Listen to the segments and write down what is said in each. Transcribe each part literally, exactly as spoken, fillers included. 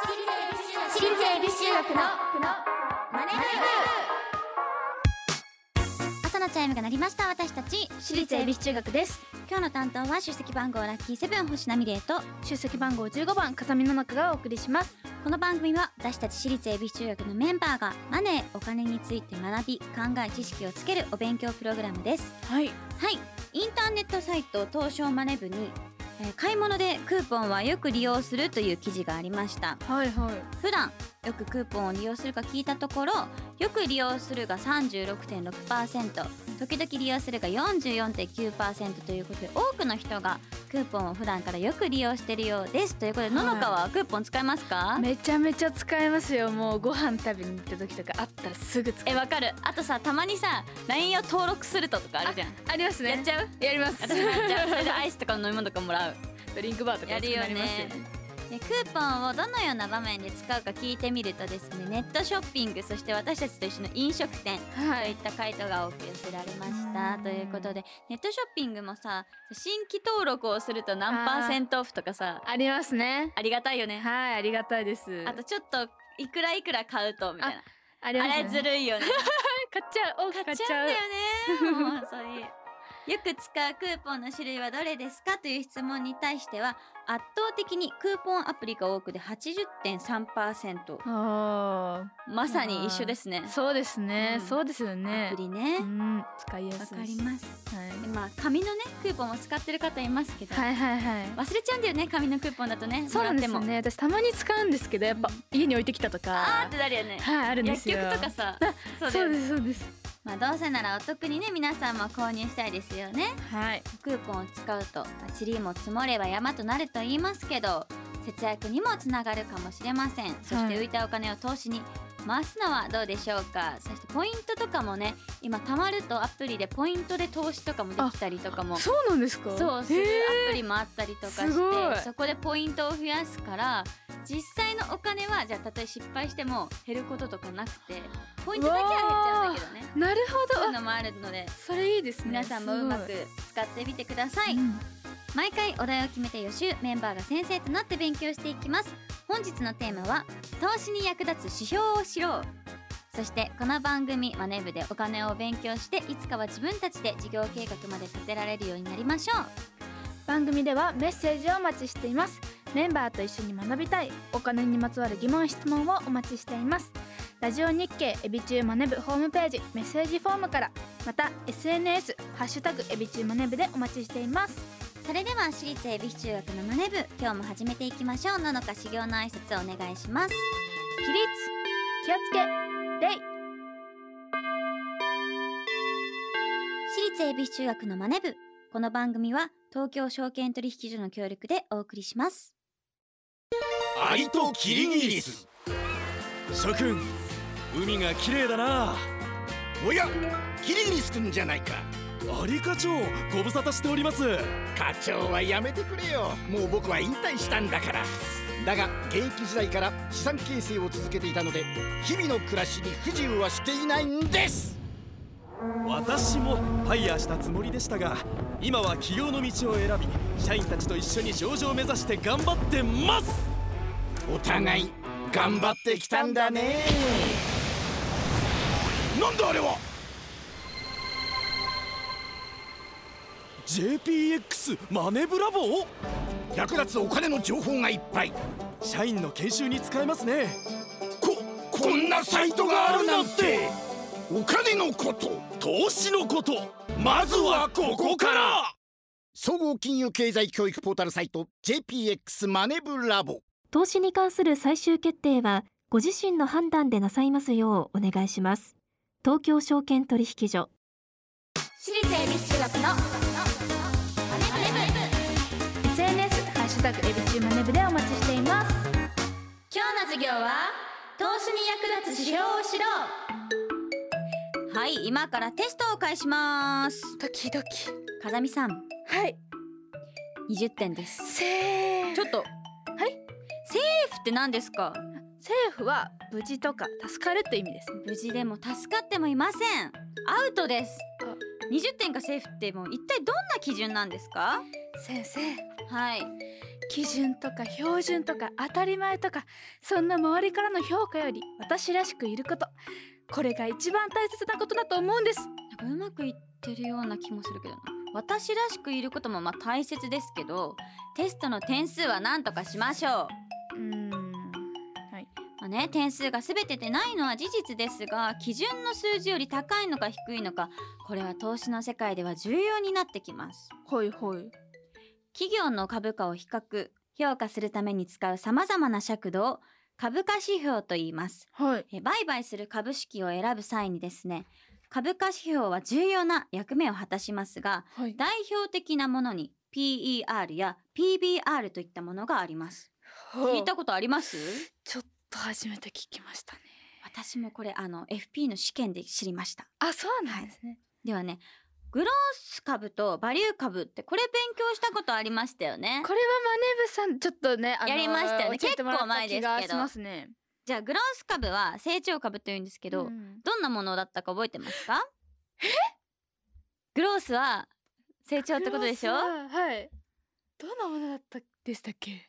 私立恵比寿中学のマネブ。朝のチャイムが鳴りました。私たち私立恵比寿中学です。 今日の担当は出席番号ラッキーセブン星名美玲と出席番号じゅうごばん風見の中がお送りします。 この番組は私たち私立恵比寿中学のメンバーがマネーお金について学び考え知識をつけるお勉強プログラムです。 はいはいインターネットサイト東証マネ部に、えー、買い物でクーポンはよく利用するという記事がありました。 はいはい。 普段よくクーポンを利用するか聞いたところ、よく利用するが さんじゅうろくてんろくパーセント、 時々利用するが よんじゅうよんてんきゅうパーセント ということで、多くの人がクーポンを普段からよく利用しているようです。ということで、ののかはクーポン使いますか？ めちゃめちゃ使えますよ。もうご飯食べに行った時とかあったらすぐ使う。 え、わかる。あとさ、たまにさ ライン を登録するととかあるじゃん。 あ, ありますね。 やっちゃう？ やります。 私もやっちゃう。それでアイスとか飲み物とかもらう。 ドリンクバーとかやるよ安くなりますよね。 ね。 でクーポンをどのような場面で使うか聞いてみるとですね、ネットショッピング、そして私たちと一緒の飲食店とはいいった回答が多く寄せられましたということで、ネットショッピングもさ、新規登録をすると何パーセントオフとかさ、 ありますね。 ありがたいよね。 はい、ありがたいです。 あとちょっといくらいくら買うとみたいな、 ありますね。 あれずるいよね。 買っちゃう。多く買っちゃう。 買っちゃうんだよね。もうそういうよく使うクーポンの種類はどれですかという質問に対しては、圧倒的にクーポンアプリが多くで はちじゅってんさんパーセント。 あまさに一緒ですね。 そうですね、 うんそうですよね。 アプリね、 うん、使いやわすい。 かります。 はいでまあ紙のねクーポンを使ってる方いますけど、 はいはいはい。 忘れちゃうんだよね、紙のクーポンだとね。 そうなんですよもらってもね。私たまに使うんですけど、やっぱ家に置いてきたとあーかっ。てなるよね。 はい、あるんですよ。 薬局とかさ、そうだそうよね。 ですそうです。 まあどうせならお得にね、皆さんも購入したいですよね。 はい。 クーポンを使うと塵も積もれば山となると言いますけど、節約にもつながるかもしれません。そして浮いたお金を投資に回すのはどうでしょうか。そしてポイントとかもね、今貯まるとアプリでポイントで投資とかもできたりとかも、 そうなんですか。 そうするへーアプリもあったりとかすごいして、そこでポイントを増やすから、実際のお金はじゃあたとえ失敗しても減ることとかなくて、ポイントだけは減っちゃうんだけどね。 なるほど。 そういうのもあるので、 それいいですね。 皆さんもうまくす使ってみてください。 ごいうん毎回お題を決めて予習、メンバーが先生となって勉強していきます。本日のテーマは投資に役立つ指標を知ろう。そしてこの番組マネ部でお金を勉強して、いつかは自分たちで事業計画まで立てられるようになりましょう。 番組ではメッセージをお待ちしています。メンバーと一緒に学びたいお金にまつわる疑問質問をお待ちしています。ラジオ日経エビチューマネ部ホームページメッセージフォームから、また エスエヌエス ハッシュタグエビチューマネ部でお待ちしています。 それでは私立恵比寿中学のマネ部、今日も始めていきましょう。ののか修行の挨拶をお願いします。 起立、気をつけ、礼。 私立恵比寿中学のマネ部、この番組は東京証券取引所の協力でお送りします。 アリとキリギリス。諸君、海が綺麗だな。 おや、キリギリス君じゃないか。 アリ課長、ご無沙汰しております。 課長はやめてくれよ。もう僕は引退したんだから。だが現役時代から資産形成を続けていたので、日々の暮らしに不自由はしていないんです。 私もファイヤーしたつもりでしたが、今は起業の道を選び、社員たちと一緒に上場を目指して頑張ってます。 お互い頑張ってきたんだね。なんだあれは。 ジェーピーエックス マネブラボー。 役立つお金の情報がいっぱい。 社員の研修に使えますね。 ここんなサイトがあるなんて。お金のこと、 投資のこと、まずはここから。 総合金融経済教育ポータルサイト ジェーピーエックス マネブラボ。 投資に関する最終決定はご自身の判断でなさいますようお願いします。東京証券取引所。 私立恵比寿中学のマネ部。 エスエヌエス ハッシュタグエビチューマネ部でお待ちしています。 今日の授業は投資に役立つ指標を知ろう。はい、今からテストを開始ます。 ドキドキ。 風見さん、 はい。 にじゅってんです。 セーフ。 ちょっと、 はい。 セーフって何ですか？ セーフは無事とか助かるという意味です。 無事でも助かってもいません。アウトです。にじゅってんがセーフってもう一体どんな基準なんですか？ 先生、 はい、 基準とか標準とか当たり前とか、そんな周りからの評価より私らしくいること、これが一番大切なことだと思うんです。 なんかうまくいってるような気もするけどな。私らしくいることもまあ大切ですけど、テストの点数は何とかしましょう。 うーんはいまあね、点数が全てでないのは事実ですが、基準の数字より高いのか低いのか、これは投資の世界では重要になってきます。 ほいほい。 企業の株価を比較評価するために使うさまざまな尺度を株価指標と言います。 はいえ売買する株式を選ぶ際にですね、株価指標は重要な役目を果たしますが、 はい代表的なものに ピーイーアール や ピービーアール といったものがあります。聞いたことあります？ ちょっと初めて聞きましたね。 私もこれあの エフピー の試験で知りました。 あ、そうなんですね。 ではね、グロース株とバリュー株ってこれ勉強したことありましたよね。 これはマネブさんちょっとね、あのーやりましたよね。 教えてもらった結構前ですけど気がしますね。 じゃあグロース株は成長株というんですけど、 うんどんなものだったか覚えてますか？え？グロースは成長ってことでしょ？ クロスははい。どんなものだったでしたっけ？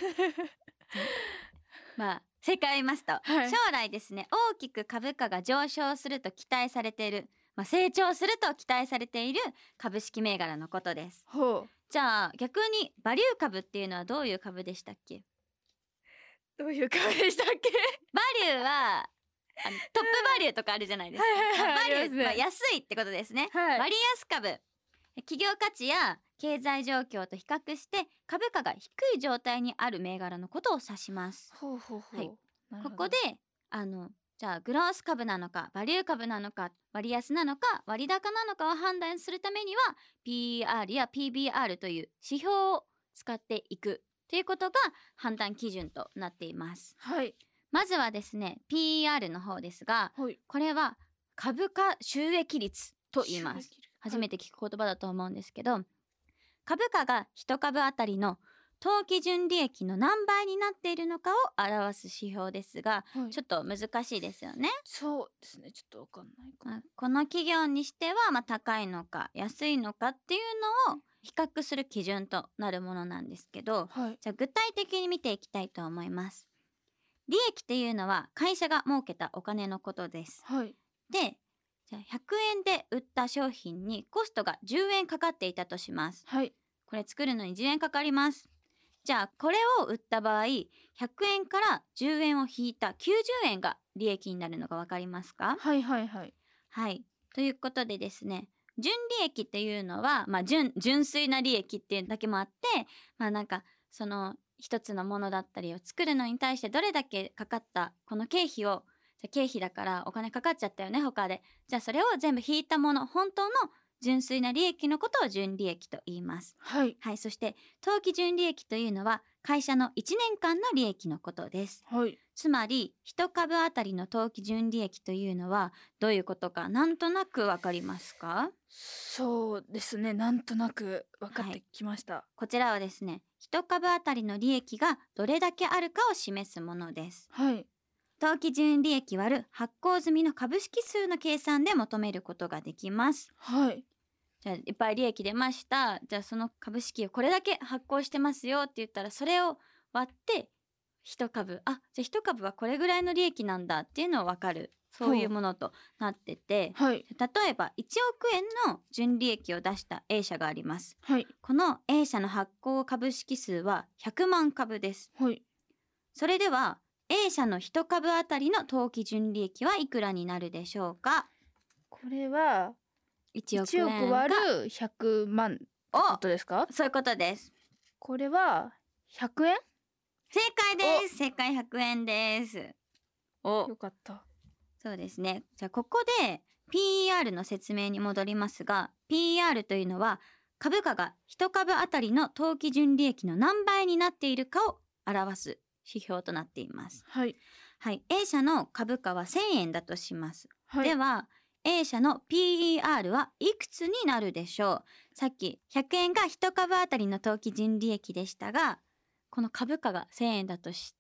まあ正解言いますと、 はい将来ですね、大きく株価が上昇すると期待されている、まあ、成長すると期待されている株式銘柄のことです。 ほう。 じゃあ逆にバリュー株っていうのはどういう株でしたっけ？ どういう株でしたっけ？ バリューはあのトップバリューとかあるじゃないですか。 はいはいはいバリュー、 ありますねまあ、安いってことですね。 はい割安株、企業価値や経済状況と比較して株価が低い状態にある銘柄のことを指します。 ほうほうほう。 はいなるほどここであのじゃあグロース株なのかバリュー株なのか割安なのか割高なのかを判断するためには ピーイーアール や ピービーアール という指標を使っていくということが判断基準となっています。 はいまずはですね ピーイーアール の方ですが、 はい。 これは株価収益率と言います。 収益率初めて聞く言葉だと思うんですけど、株価がいち株あたりの当期純利益の何倍になっているのかを表す指標ですが、 はいちょっと難しいですよね。 そうですね。ちょっとわかんないかも。 まあこの企業にしては、まあ、高いのか安いのかっていうのを比較する基準となるものなんですけど、 はいじゃあ具体的に見ていきたいと思います。利益っていうのは会社が儲けたお金のことです。 はいで、じゃあひゃくえんで売った商品にコストがじゅうえんかかっていたとします。 はいこれ作るのにじゅうえんかかります。じゃあこれを売った場合、ひゃくえんからじゅうえんを引いたきゅうじゅうえんが利益になるのがわかりますか？ はいはいはい。 はい。ということでですね、純利益っていうのは、まあ、純純粋な利益っていうだけもあって、まあなんかその一つのものだったりを作るのに対してどれだけかかったこの経費を、じゃあ経費だからお金かかっちゃったよね他で、じゃあそれを全部引いたもの、本当の純粋な利益のことを純利益と言います。 はいはい。そして当期純利益というのは会社のいちねんかんの利益のことです。 はい。 つまりいち株あたりの当期純利益というのはどういうことかなんとなくわかりますか？ そうですね。なんとなく分かってきました。 こちらはですね、いち株あたりの利益がどれだけあるかを示すものです。 はい当期純利益割る発行済みの株式数の計算で求めることができます。 はいじゃあいっぱい利益出ました。じゃあその株式をこれだけ発行してますよって言ったら、それを割っていち株、あ、じゃあいち株はこれぐらいの利益なんだっていうのを分かる、そういうものとなってて、 はい例えばいちおくえんの純利益を出した A 社があります。 はいこの A 社の発行株式数はひゃくまん株です。 はい。 それでは A 社のいち株あたりの当期純利益はいくらになるでしょうか？ これはいちおくいちおくえんか割るひゃくまんってことですか？ そういうことです。 これはひゃくえん？ 正解です。正解ひゃくえんです。お、 よかった。 そうですね。じゃあここで ピーイーアール の説明に戻りますが、 ピーイーアール というのは株価がいち株あたりの当期純利益の何倍になっているかを表す指標となっています。 はいはい、A 社の株価はせんえんだとします。 はい。 では A 社の ピーイーアール はいくつになるでしょう？さっきひゃくえんがいち株あたりの当期純利益でしたが、この株価がせんえんだとして、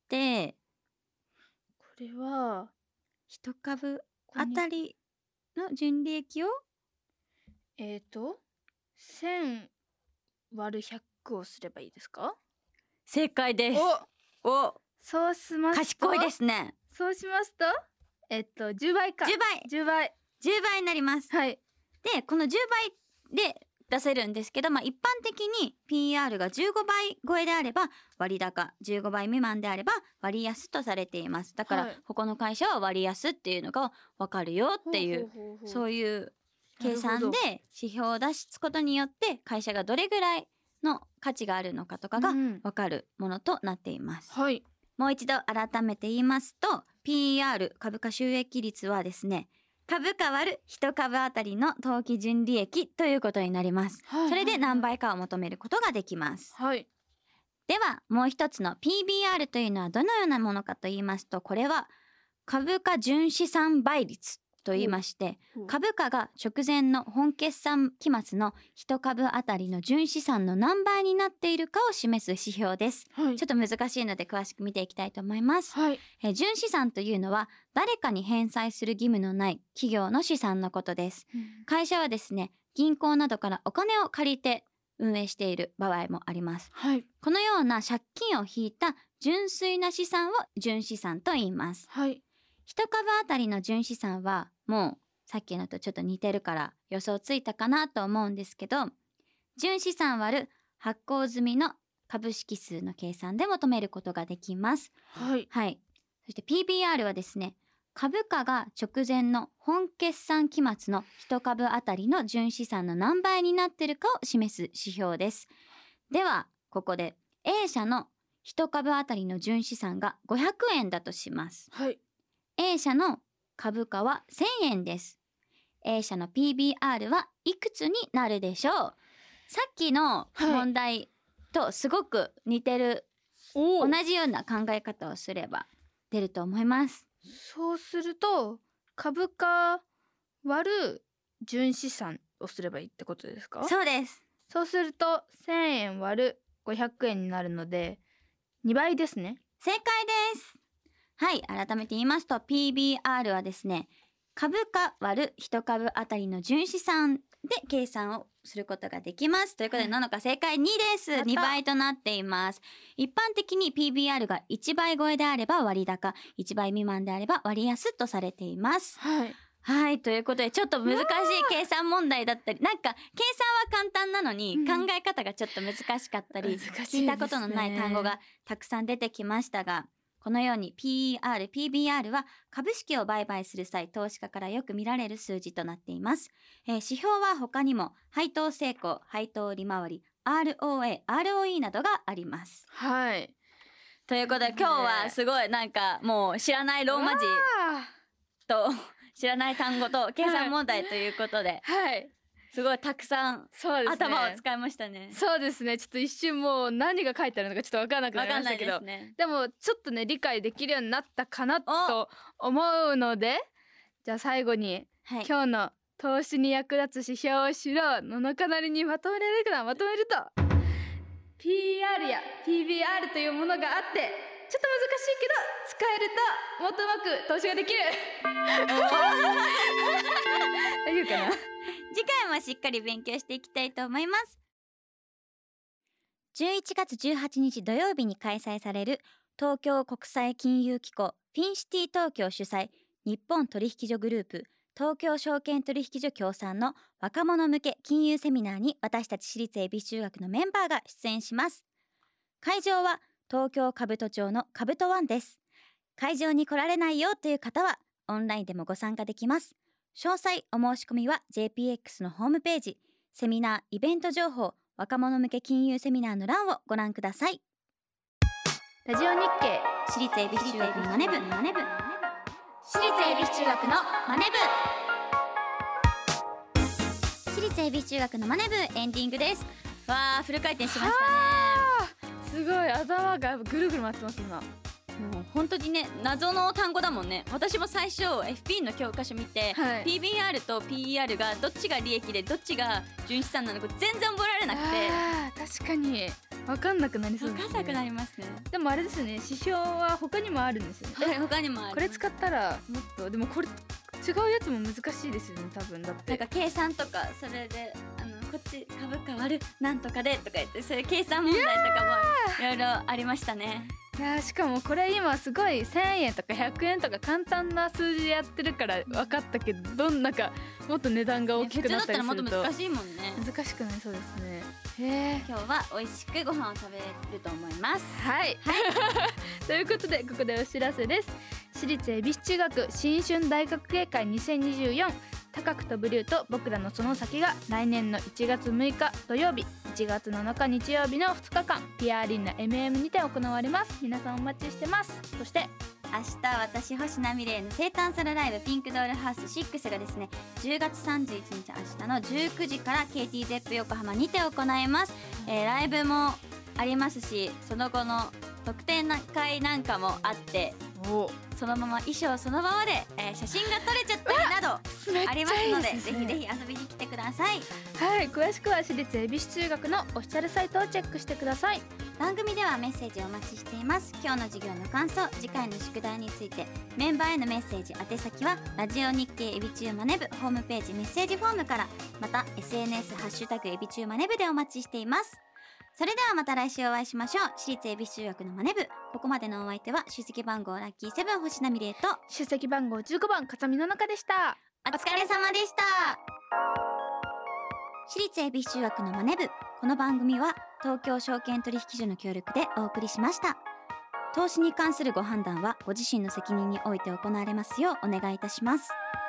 これはいち株ここにあたりの純利益をえーとせん割るひゃくをすればいいですか？ 正解です。 おお、 そうしますと賢いですね。 そうしますとえっとじゅうばいか。 じゅうばいじゅうばいじゅうばいになります。 はいでこのじゅうばいで出せるんですけど、まあ、一般的に ピーアール がじゅうごばい超えであれば割高、じゅうごばい未満であれば割安とされています。だから、 はい、 他の会社は割安っていうのが分かるよっていう、 ほうほうほうほうそういう計算で指標を出すことによって会社がどれぐらいの価値があるのかとかが分かるものとなっています、 うん、はい。 もう一度改めて言いますと ピーアール 株価収益率はですね、株価割るいち株あたりの当期純利益ということになります、 はいはいはい、 それで何倍かを求めることができます、 はい、 ではもう一つの ピービーアール というのはどのようなものかと言いますと、これは株価純資産倍率と言いまして、株価が直前の本決算期末のいち株あたりの純資産の何倍になっているかを示す指標です、はい、ちょっと難しいので詳しく見ていきたいと思います、はい、え純資産というのは誰かに返済する義務のない企業の資産のことです、うん、会社はですね、銀行などからお金を借りて運営している場合もあります、はい、このような借金を引いた純粋な資産を純資産と言います、はい、いち株あたりの純資産はもうさっきのとちょっと似てるから予想ついたかなと思うんですけど、純資産割る発行済みの株式数の計算で求めることができます、はい、はい、そして ピービーアール はですね、株価が直前の本決算期末のいち株あたりの純資産の何倍になっているかを示す指標です。ではここで A 社のいち株あたりの純資産がごひゃくえんだとします、はい、A 社の株価はせんえんです。 A 社の ピービーアール はいくつになるでしょう。さっきの問題とすごく似てる、はい、同じような考え方をすれば出ると思います。 そうすると株価割る純資産をすればいいってことですか？ そうです。 そうするとせんえん割るごひゃくえんになるのでにばいですね。 正解です。はい、改めて言いますと ピービーアール はですね、株価割るいち株あたりの純資産で計算をすることができますということで、なのか正解にです。にばいとなっています。一般的に ピービーアール がいちばい超えであれば割高、いちばい未満であれば割安とされています。はい、はい、ということでちょっと難しい計算問題だったり、なんか計算は簡単なのに、うん、考え方がちょっと難しかったり、聞いたことのない単語がたくさん出てきましたが、このように ピーイーアール、ピービーアール は株式を売買する際、投資家からよく見られる数字となっています。えー、指標は他にも配当成功、配当利回り、アールオーエー、アールオーイー などがあります。はい。ということで今日はすごいなんかもう知らないローマ字と知らない単語と計算問題ということで、はい。すごいたくさん頭を使いましたね。 そうですね。ちょっと一瞬もう何が書いてあるのかちょっと分からなくなりましたけど、 で, ね、でもちょっとね理解できるようになったかなと思うので、じゃあ最後に、はい、今日の投資に役立つ指標を知ろうののかなりにまとめられるかな。まとめると ピーイーアール や ピービーアール というものがあって、ちょっと難しいけど使えるともっとうまく投資ができる大丈夫かな。 次回もしっかり勉強していきたいと思います。じゅういちがつじゅうはちにち土曜日に開催される東京国際金融機構フィンシティ東京主催日本取引所グループ東京証券取引所協賛の若者向け金融セミナーに私たち私立恵比寿中学のメンバーが出演します。会場は東京兜町のカブトワンです。会場に来られないよという方はオンラインでもご参加できます。詳細お申し込みは ジェーピーエックス のホームページ、セミナーイベント情報若者向け金融セミナーの欄をご覧ください。 ラジオ日経私立恵比寿中学のマネ部、マネ部私立恵比寿中学のマネ部私立恵比寿中学のマネ部エンディングです。わー、フル回転しましたね。 すごい頭がぐるぐる回ってます今。 もう本当にね、謎の単語だもんね。私も最初 エフピー の教科書見て、はい、ピービーアール と ピーイーアール がどっちが利益でどっちが純資産なのか全然覚えられなくて、 あ確かに分かんなくなりそうですね。 分かんなくなりますね。 でもあれですね、指標は他にもあるんですよね。 はい、他にもある。 これ使ったらもっと、でもこれ違うやつも難しいですよね多分。だってなんか計算とかそれであのこっち株価割るなんとかでとか言って、そういう計算問題とかもいろいろありましたね。 いやしかもこれ今すごいせんえんとかひゃくえんとか簡単な数字でやってるから分かったけど、どんなかもっと値段が大きくなったりすると普通だったらもっと難しいもんね。 難しくなりそうですね。へえ。 今日は美味しくご飯を食べると思います。 はい、はい、ということでここでお知らせです。私立恵比寿中学新春大学芸会にせんにじゅうよん高く飛ぶ竜と僕らのその先が来年のいちがつむいか土曜日、いちがつなのか日曜日のふつかかんピアアリーナ エムエム にて行われます。皆さんお待ちしてます。そして明日私星名美玲の生誕ソロライブピンクドールハウスシックスがですねじゅうがつさんじゅういちにち明日のじゅうくじから ケーティーゼップ 横浜にて行います、えー、ライブもありますし、その後の特典会なんかもあって、 おそのまま衣装そのままで、えー、写真が撮れちゃったりなどありますので、ぜひぜひ遊びに来てください。 はい、詳しくは私立恵比寿中学のオフィシャルサイトをチェックしてください。 番組ではメッセージをお待ちしています。今日の授業の感想、次回の宿題について、メンバーへのメッセージ宛先はラジオ日経エビチューマネブホームページメッセージフォームから、また エスエヌエス ハッシュタグエビチューマネブでお待ちしています。それではまた来週お会いしましょう。私立恵比寿中学のマネ部、ここまでのお相手は出席番号ラッキーセブン星名美玲と出席番号じゅうごばん風見の中でした。 お疲れ様でした。私立恵比寿中学のマネ部、この番組は東京証券取引所の協力でお送りしました。投資に関するご判断はご自身の責任において行われますようお願いいたします。